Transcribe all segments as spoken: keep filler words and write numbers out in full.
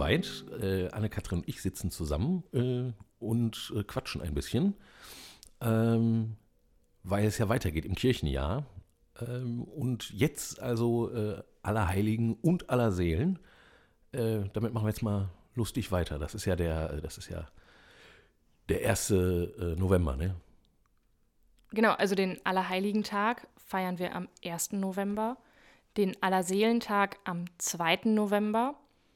zweit. Äh, Anne-Kathrin und ich sitzen zusammen äh, und äh, quatschen ein bisschen, ähm, weil es ja weitergeht im Kirchenjahr. Ähm, und jetzt also äh, Allerheiligen und Allerseelen. Äh, damit machen wir jetzt mal lustig weiter. Das ist ja der, das ist ja der erste äh, November, ne? Genau, also den Allerheiligen-Tag feiern wir am ersten November, den Allerseelentag am zweiten November.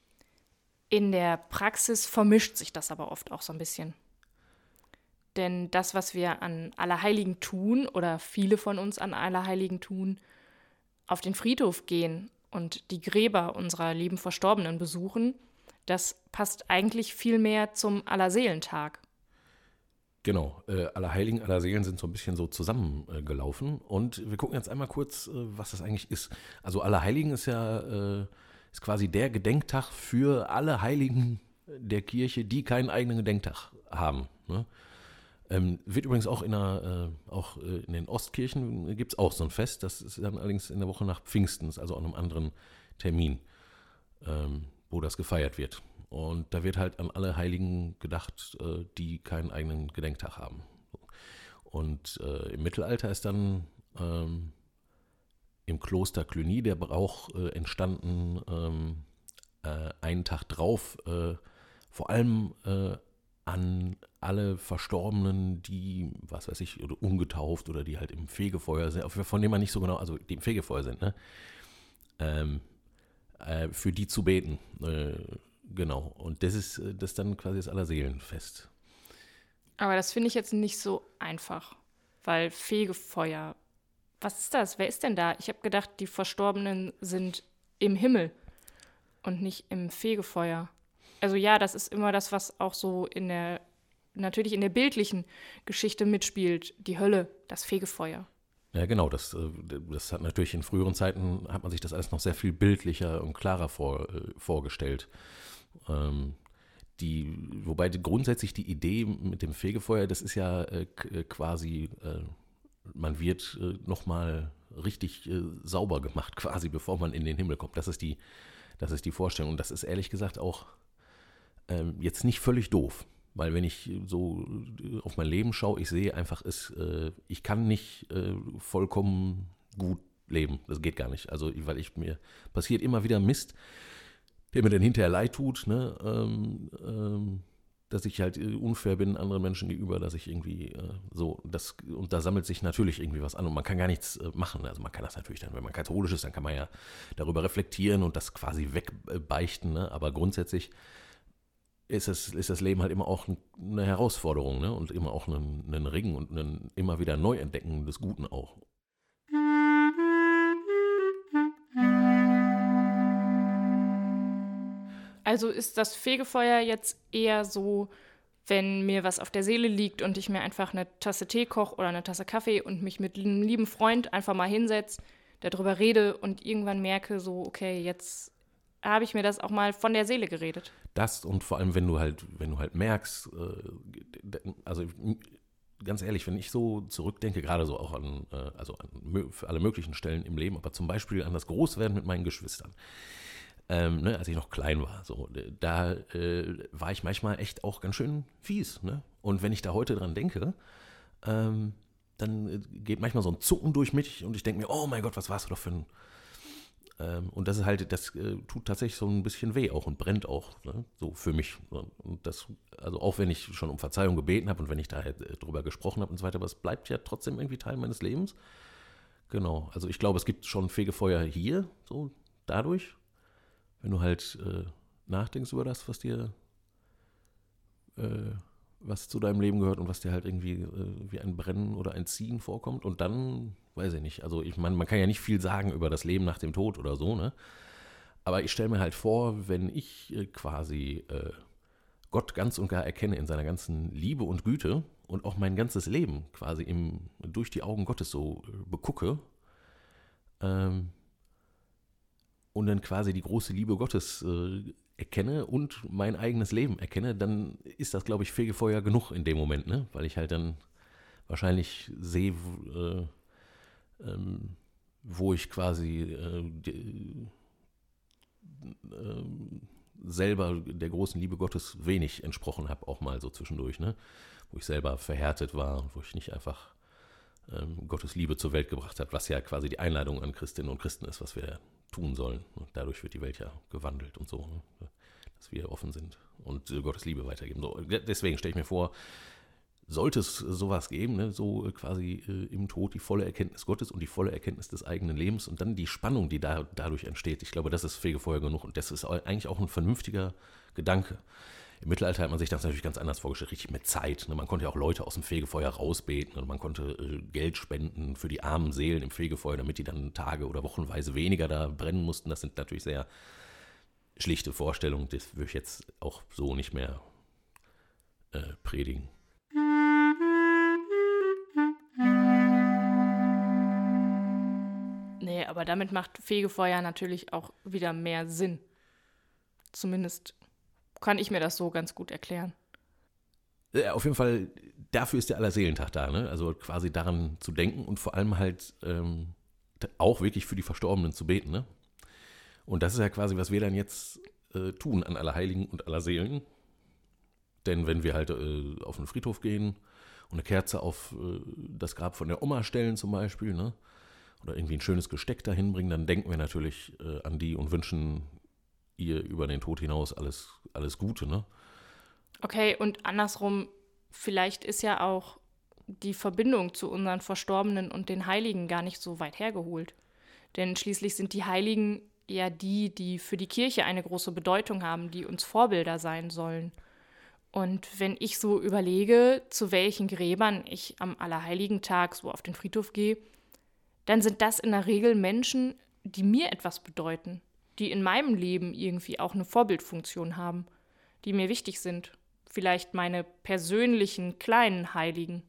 In der Praxis vermischt sich das aber oft auch so ein bisschen. Denn das, was wir an Allerheiligen tun, oder viele von uns an Allerheiligen tun, auf den Friedhof gehen und die Gräber unserer lieben Verstorbenen besuchen, das passt eigentlich viel mehr zum Allerseelentag. Genau, äh, Allerheiligen, Allerseelen sind so ein bisschen so zusammengelaufen. Äh, und wir gucken jetzt einmal kurz, äh, was das eigentlich ist. Also Allerheiligen ist ja äh, ist quasi der Gedenktag für alle Heiligen der Kirche, die keinen eigenen Gedenktag haben. Ne? Ähm, wird übrigens auch in, der, äh, auch äh, in den Ostkirchen gibt es auch so ein Fest. Das ist dann allerdings in der Woche nach Pfingsten, ist also an einem anderen Termin, ähm, wo das gefeiert wird. Und da wird halt an alle Heiligen gedacht, äh, die keinen eigenen Gedenktag haben. Und äh, im Mittelalter ist dann ähm, im Kloster Cluny der Brauch äh, entstanden, ähm, äh, einen Tag drauf, äh, vor allem äh, an alle Verstorbenen, die, was weiß ich, oder ungetauft oder die halt im Fegefeuer sind, von denen man nicht so genau, also die im Fegefeuer sind, ne? Ähm, äh, für die zu beten. Äh, genau. Und das ist äh, das ist dann quasi das Allerseelenfest. Aber das finde ich jetzt nicht so einfach, weil Fegefeuer, was ist das? Wer ist denn da? Ich habe gedacht, die Verstorbenen sind im Himmel und nicht im Fegefeuer. Also ja, das ist immer das, was auch so in der, natürlich in der bildlichen Geschichte mitspielt. Die Hölle, das Fegefeuer. Ja, genau, das, äh, das hat natürlich in früheren Zeiten, hat man sich das alles noch sehr viel bildlicher und klarer vor, äh, vorgestellt. Ähm, die, wobei die, grundsätzlich die Idee mit dem Fegefeuer, das ist ja äh, quasi, äh, man wird äh, nochmal richtig äh, sauber gemacht, quasi, bevor man in den Himmel kommt. Das ist die, das ist die Vorstellung. Und das ist ehrlich gesagt auch ähm, jetzt nicht völlig doof. Weil wenn ich so auf mein Leben schaue, ich sehe einfach, ist, äh, ich kann nicht äh, vollkommen gut leben. Das geht gar nicht. Also, weil ich mir passiert immer wieder Mist, der mir dann hinterher leid tut, ne? Ähm, ähm, dass ich halt äh, unfair bin anderen Menschen gegenüber, dass ich irgendwie äh, so, das, und da sammelt sich natürlich irgendwie was an und man kann gar nichts äh, machen. Also man kann das natürlich dann, wenn man katholisch ist, dann kann man ja darüber reflektieren und das quasi wegbeichten, ne? Aber grundsätzlich ist das, ist das Leben halt immer auch eine Herausforderung, ne? Und immer auch ein, ein Ringen und ein immer wieder Neuentdecken des Guten auch. Also ist das Fegefeuer jetzt eher so, wenn mir was auf der Seele liegt und ich mir einfach eine Tasse Tee koche oder eine Tasse Kaffee und mich mit einem lieben Freund einfach mal hinsetze, darüber rede und irgendwann merke, so, okay, jetzt habe ich mir das auch mal von der Seele geredet. Das und vor allem, wenn du halt, wenn du halt merkst, äh, also ganz ehrlich, wenn ich so zurückdenke, gerade so auch an, äh, also an für alle möglichen Stellen im Leben, aber zum Beispiel an das Großwerden mit meinen Geschwistern. Ähm, ne, als ich noch klein war, so, da äh, war ich manchmal echt auch ganz schön fies. Ne? Und wenn ich da heute dran denke, ähm, dann geht manchmal so ein Zucken durch mich und ich denke mir, oh mein Gott, was warst du doch für ein. Ähm, und das ist halt, das äh, tut tatsächlich so ein bisschen weh auch und brennt auch, ne? So für mich. Und das, also auch wenn ich schon um Verzeihung gebeten habe und wenn ich da halt, äh, drüber gesprochen habe und so weiter, aber es bleibt ja trotzdem irgendwie Teil meines Lebens. Genau, also ich glaube, es gibt schon Fegefeuer hier, so dadurch. Wenn du halt äh, nachdenkst über das, was dir, äh, was zu deinem Leben gehört und was dir halt irgendwie äh, wie ein Brennen oder ein Ziehen vorkommt. Und dann, weiß ich nicht, also ich meine, man kann ja nicht viel sagen über das Leben nach dem Tod oder so, ne? Aber ich stelle mir halt vor, wenn ich äh, quasi äh, Gott ganz und gar erkenne in seiner ganzen Liebe und Güte und auch mein ganzes Leben quasi im, durch die Augen Gottes so äh, begucke, ähm, und dann quasi die große Liebe Gottes äh, erkenne und mein eigenes Leben erkenne, dann ist das, glaube ich, Fegefeuer genug in dem Moment, ne? Weil ich halt dann wahrscheinlich sehe, äh, ähm, wo ich quasi äh, die, äh, selber der großen Liebe Gottes wenig entsprochen habe, auch mal so zwischendurch, ne? Wo ich selber verhärtet war, wo ich nicht einfach ähm, Gottes Liebe zur Welt gebracht habe, was ja quasi die Einladung an Christinnen und Christen ist, was wir tun sollen. Und dadurch wird die Welt ja gewandelt und so, ne? Dass wir offen sind und äh, Gottes Liebe weitergeben. So, deswegen stelle ich mir vor, sollte es sowas geben, ne, so quasi äh, im Tod die volle Erkenntnis Gottes und die volle Erkenntnis des eigenen Lebens und dann die Spannung, die da, dadurch entsteht. Ich glaube, das ist Fegefeuer genug und das ist eigentlich auch ein vernünftiger Gedanke. Im Mittelalter hat man sich das natürlich ganz anders vorgestellt, richtig mit Zeit. Ne? Man konnte ja auch Leute aus dem Fegefeuer rausbeten und man konnte äh, Geld spenden für die armen Seelen im Fegefeuer, damit die dann Tage oder Wochenweise weniger da brennen mussten. Das sind natürlich sehr schlichte Vorstellungen, das würde ich jetzt auch so nicht mehr äh, predigen. Nee, aber damit macht Fegefeuer natürlich auch wieder mehr Sinn. Zumindest kann ich mir das so ganz gut erklären. Ja, auf jeden Fall, dafür ist der Allerseelentag da, ne? Also quasi daran zu denken und vor allem halt ähm, auch wirklich für die Verstorbenen zu beten, ne? Und das ist ja quasi, was wir dann jetzt äh, tun an Allerheiligen und Allerseelen. Denn wenn wir halt äh, auf den Friedhof gehen und eine Kerze auf äh, das Grab von der Oma stellen zum Beispiel, ne? Oder irgendwie ein schönes Gesteck dahin bringen, dann denken wir natürlich äh, an die und wünschen ihr über den Tod hinaus alles, alles Gute, ne? Okay, und andersrum, vielleicht ist ja auch die Verbindung zu unseren Verstorbenen und den Heiligen gar nicht so weit hergeholt. Denn schließlich sind die Heiligen ja die, die für die Kirche eine große Bedeutung haben, die uns Vorbilder sein sollen. Und wenn ich so überlege, zu welchen Gräbern ich am Allerheiligentag so auf den Friedhof gehe, dann sind das in der Regel Menschen, die mir etwas bedeuten, die in meinem Leben irgendwie auch eine Vorbildfunktion haben, die mir wichtig sind. Vielleicht meine persönlichen kleinen Heiligen.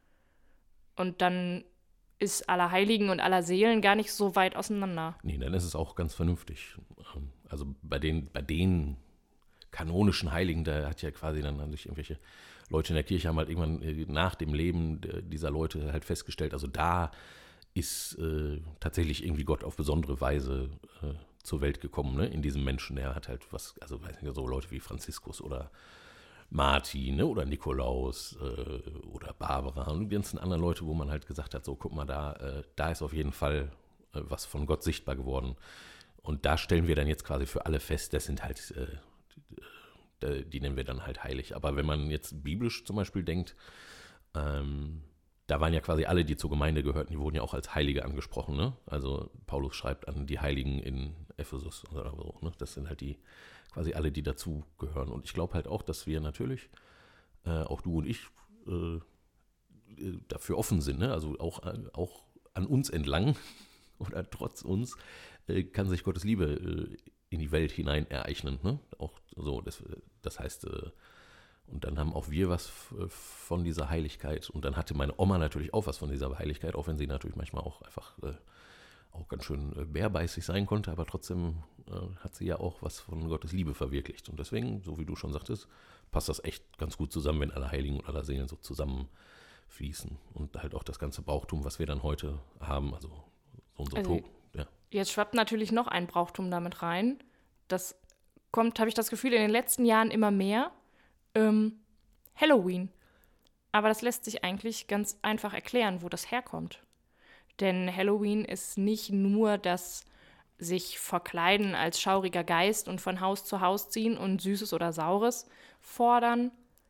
Und dann ist Allerheiligen und Allerseelen gar nicht so weit auseinander. Nee, dann ist es auch ganz vernünftig. Also bei den, bei den kanonischen Heiligen, da hat ja quasi dann an sich irgendwelche Leute in der Kirche haben halt irgendwann nach dem Leben dieser Leute halt festgestellt, also da ist äh, tatsächlich irgendwie Gott auf besondere Weise äh, zur Welt gekommen, ne? In diesem Menschen, der hat halt was, also weiß nicht, so Leute wie Franziskus oder Martin, ne? Oder Nikolaus äh, oder Barbara und die ganzen anderen Leute, wo man halt gesagt hat, so guck mal, da, äh, da ist auf jeden Fall äh, was von Gott sichtbar geworden. Und da stellen wir dann jetzt quasi für alle fest, das sind halt, äh, die, die nennen wir dann halt heilig. Aber wenn man jetzt biblisch zum Beispiel denkt, ähm, da waren ja quasi alle, die zur Gemeinde gehörten, die wurden ja auch als Heilige angesprochen, ne? Also Paulus schreibt an die Heiligen in Ephesus oder so, ne? Das sind halt die, quasi alle, die dazu gehören. Und ich glaube halt auch, dass wir natürlich, äh, auch du und ich, äh, dafür offen sind, ne? Also auch, auch an uns entlang oder trotz uns äh, kann sich Gottes Liebe äh, in die Welt hinein ereignen, ne? Auch so, das, das heißt, äh, und dann haben auch wir was von dieser Heiligkeit. Und dann hatte meine Oma natürlich auch was von dieser Heiligkeit, auch wenn sie natürlich manchmal auch einfach äh, auch ganz schön äh, bärbeißig sein konnte. Aber trotzdem äh, hat sie ja auch was von Gottes Liebe verwirklicht. Und deswegen, so wie du schon sagtest, passt das echt ganz gut zusammen, wenn alle Heiligen und aller Seelen so zusammenfließen. Und halt auch das ganze Brauchtum, was wir dann heute haben, also so und so. Also, ja. Jetzt schwappt natürlich noch ein Brauchtum damit rein. Das kommt, habe ich das Gefühl, in den letzten Jahren immer mehr. Ähm, Halloween. Aber das lässt sich eigentlich ganz einfach erklären, wo das herkommt. Denn Halloween ist nicht nur das sich verkleiden als schauriger Geist und von Haus zu Haus ziehen und Süßes oder Saures fordern,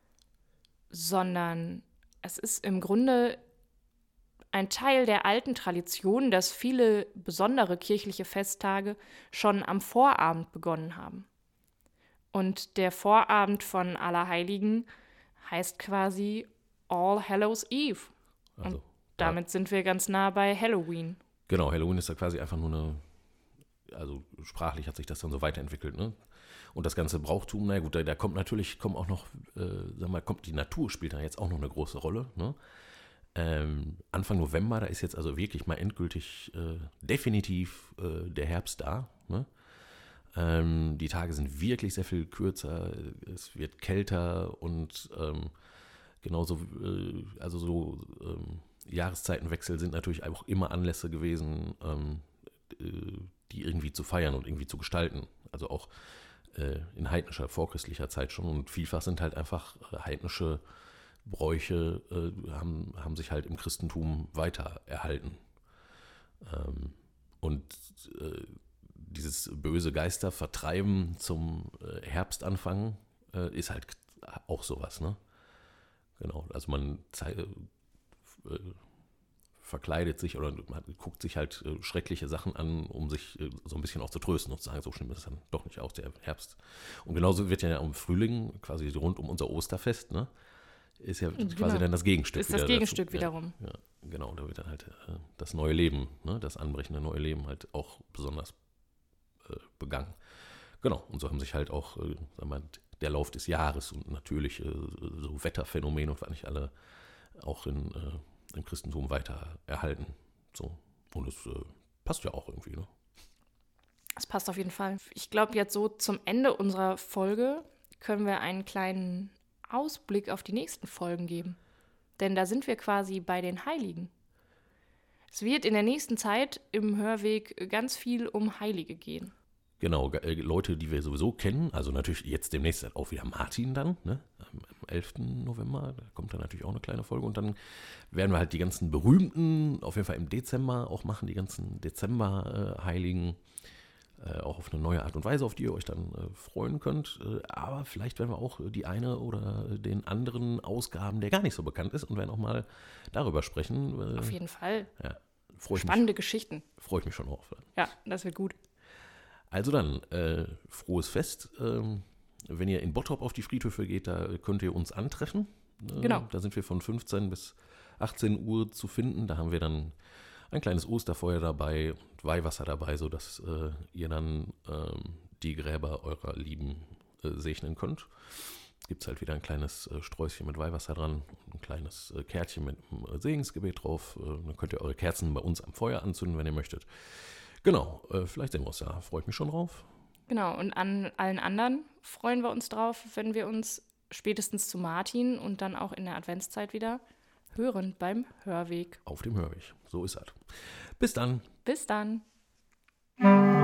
sondern es ist im Grunde ein Teil der alten Tradition, dass viele besondere kirchliche Festtage schon am Vorabend begonnen haben. Und der Vorabend von Allerheiligen heißt quasi All Hallows Eve. Also, und damit ja. sind wir ganz nah bei Halloween. Genau, Halloween ist ja quasi einfach nur eine, also sprachlich hat sich das dann so weiterentwickelt, ne? Und das ganze Brauchtum, na gut, da, da kommt natürlich, kommt auch noch, äh, sag mal, kommt die Natur spielt da jetzt auch noch eine große Rolle, ne? Ähm, Anfang November, da ist jetzt also wirklich mal endgültig äh, definitiv äh, der Herbst da, ne? Ähm, die Tage sind wirklich sehr viel kürzer, es wird kälter und ähm, genauso, äh, also so ähm, Jahreszeitenwechsel sind natürlich auch immer Anlässe gewesen, ähm, äh, die irgendwie zu feiern und irgendwie zu gestalten. Also auch äh, in heidnischer, vorchristlicher Zeit schon. Und vielfach sind halt einfach äh, heidnische Bräuche, äh, haben, haben sich halt im Christentum weiter erhalten. Ähm, und äh, dieses böse Geister vertreiben zum äh, Herbstanfang äh, ist halt auch sowas, ne? Genau, also man zei- äh, verkleidet sich oder man guckt sich halt äh, schreckliche Sachen an, um sich äh, so ein bisschen auch zu trösten und zu sagen, so schlimm ist es dann doch nicht, auch der Herbst. Und genauso wird ja im Frühling, quasi rund um unser Osterfest, ne, ist ja Genau. quasi dann das Gegenstück. Ist das wieder Gegenstück dazu. wiederum. Ja, ja, genau, da wird dann halt äh, das neue Leben, ne, das anbrechende neue Leben halt auch besonders äh, begangen. Genau, und so haben sich halt auch, äh, sagen wir mal, der Lauf des Jahres und natürlich äh, so Wetterphänomene und was nicht alle auch in, äh, im Christentum weiter erhalten. So. Und es äh, passt ja auch irgendwie, ne? Das passt auf jeden Fall. Ich glaube, jetzt so zum Ende unserer Folge können wir einen kleinen Ausblick auf die nächsten Folgen geben. Denn da sind wir quasi bei den Heiligen. Es wird in der nächsten Zeit im Hörweg ganz viel um Heilige gehen. Genau, äh, Leute, die wir sowieso kennen, also natürlich jetzt demnächst auch wieder Martin dann, ne? Am elften November, da kommt dann natürlich auch eine kleine Folge und dann werden wir halt die ganzen berühmten, auf jeden Fall im Dezember auch machen, die ganzen Dezember-Heiligen, äh, auch auf eine neue Art und Weise, auf die ihr euch dann äh, freuen könnt, äh, aber vielleicht werden wir auch die eine oder den anderen ausgraben, der gar nicht so bekannt ist und werden auch mal darüber sprechen. Äh, Auf jeden Fall. Ja, freu ich Spannende mich, Geschichten. freue ich mich schon drauf. Ja, das wird gut. Also dann, äh, frohes Fest. Ähm, wenn ihr in Bottrop auf die Friedhöfe geht, da könnt ihr uns antreffen. Äh, Genau. Da sind wir von fünfzehn bis achtzehn Uhr zu finden. Da haben wir dann ein kleines Osterfeuer dabei und Weihwasser dabei, sodass äh, ihr dann ähm, die Gräber eurer Lieben äh, segnen könnt. Gibt es halt wieder ein kleines äh, Sträußchen mit Weihwasser dran, ein kleines äh, Kärtchen mit einem äh, Segensgebet drauf. Äh, dann könnt ihr eure Kerzen bei uns am Feuer anzünden, wenn ihr möchtet. Genau, äh, vielleicht sehen wir uns ja. Freue ich mich schon drauf. Genau, und an allen anderen freuen wir uns drauf, wenn wir uns spätestens zu Martin und dann auch in der Adventszeit wieder hören beim Hörweg. Auf dem Hörweg. So ist das. Bis dann. Bis dann.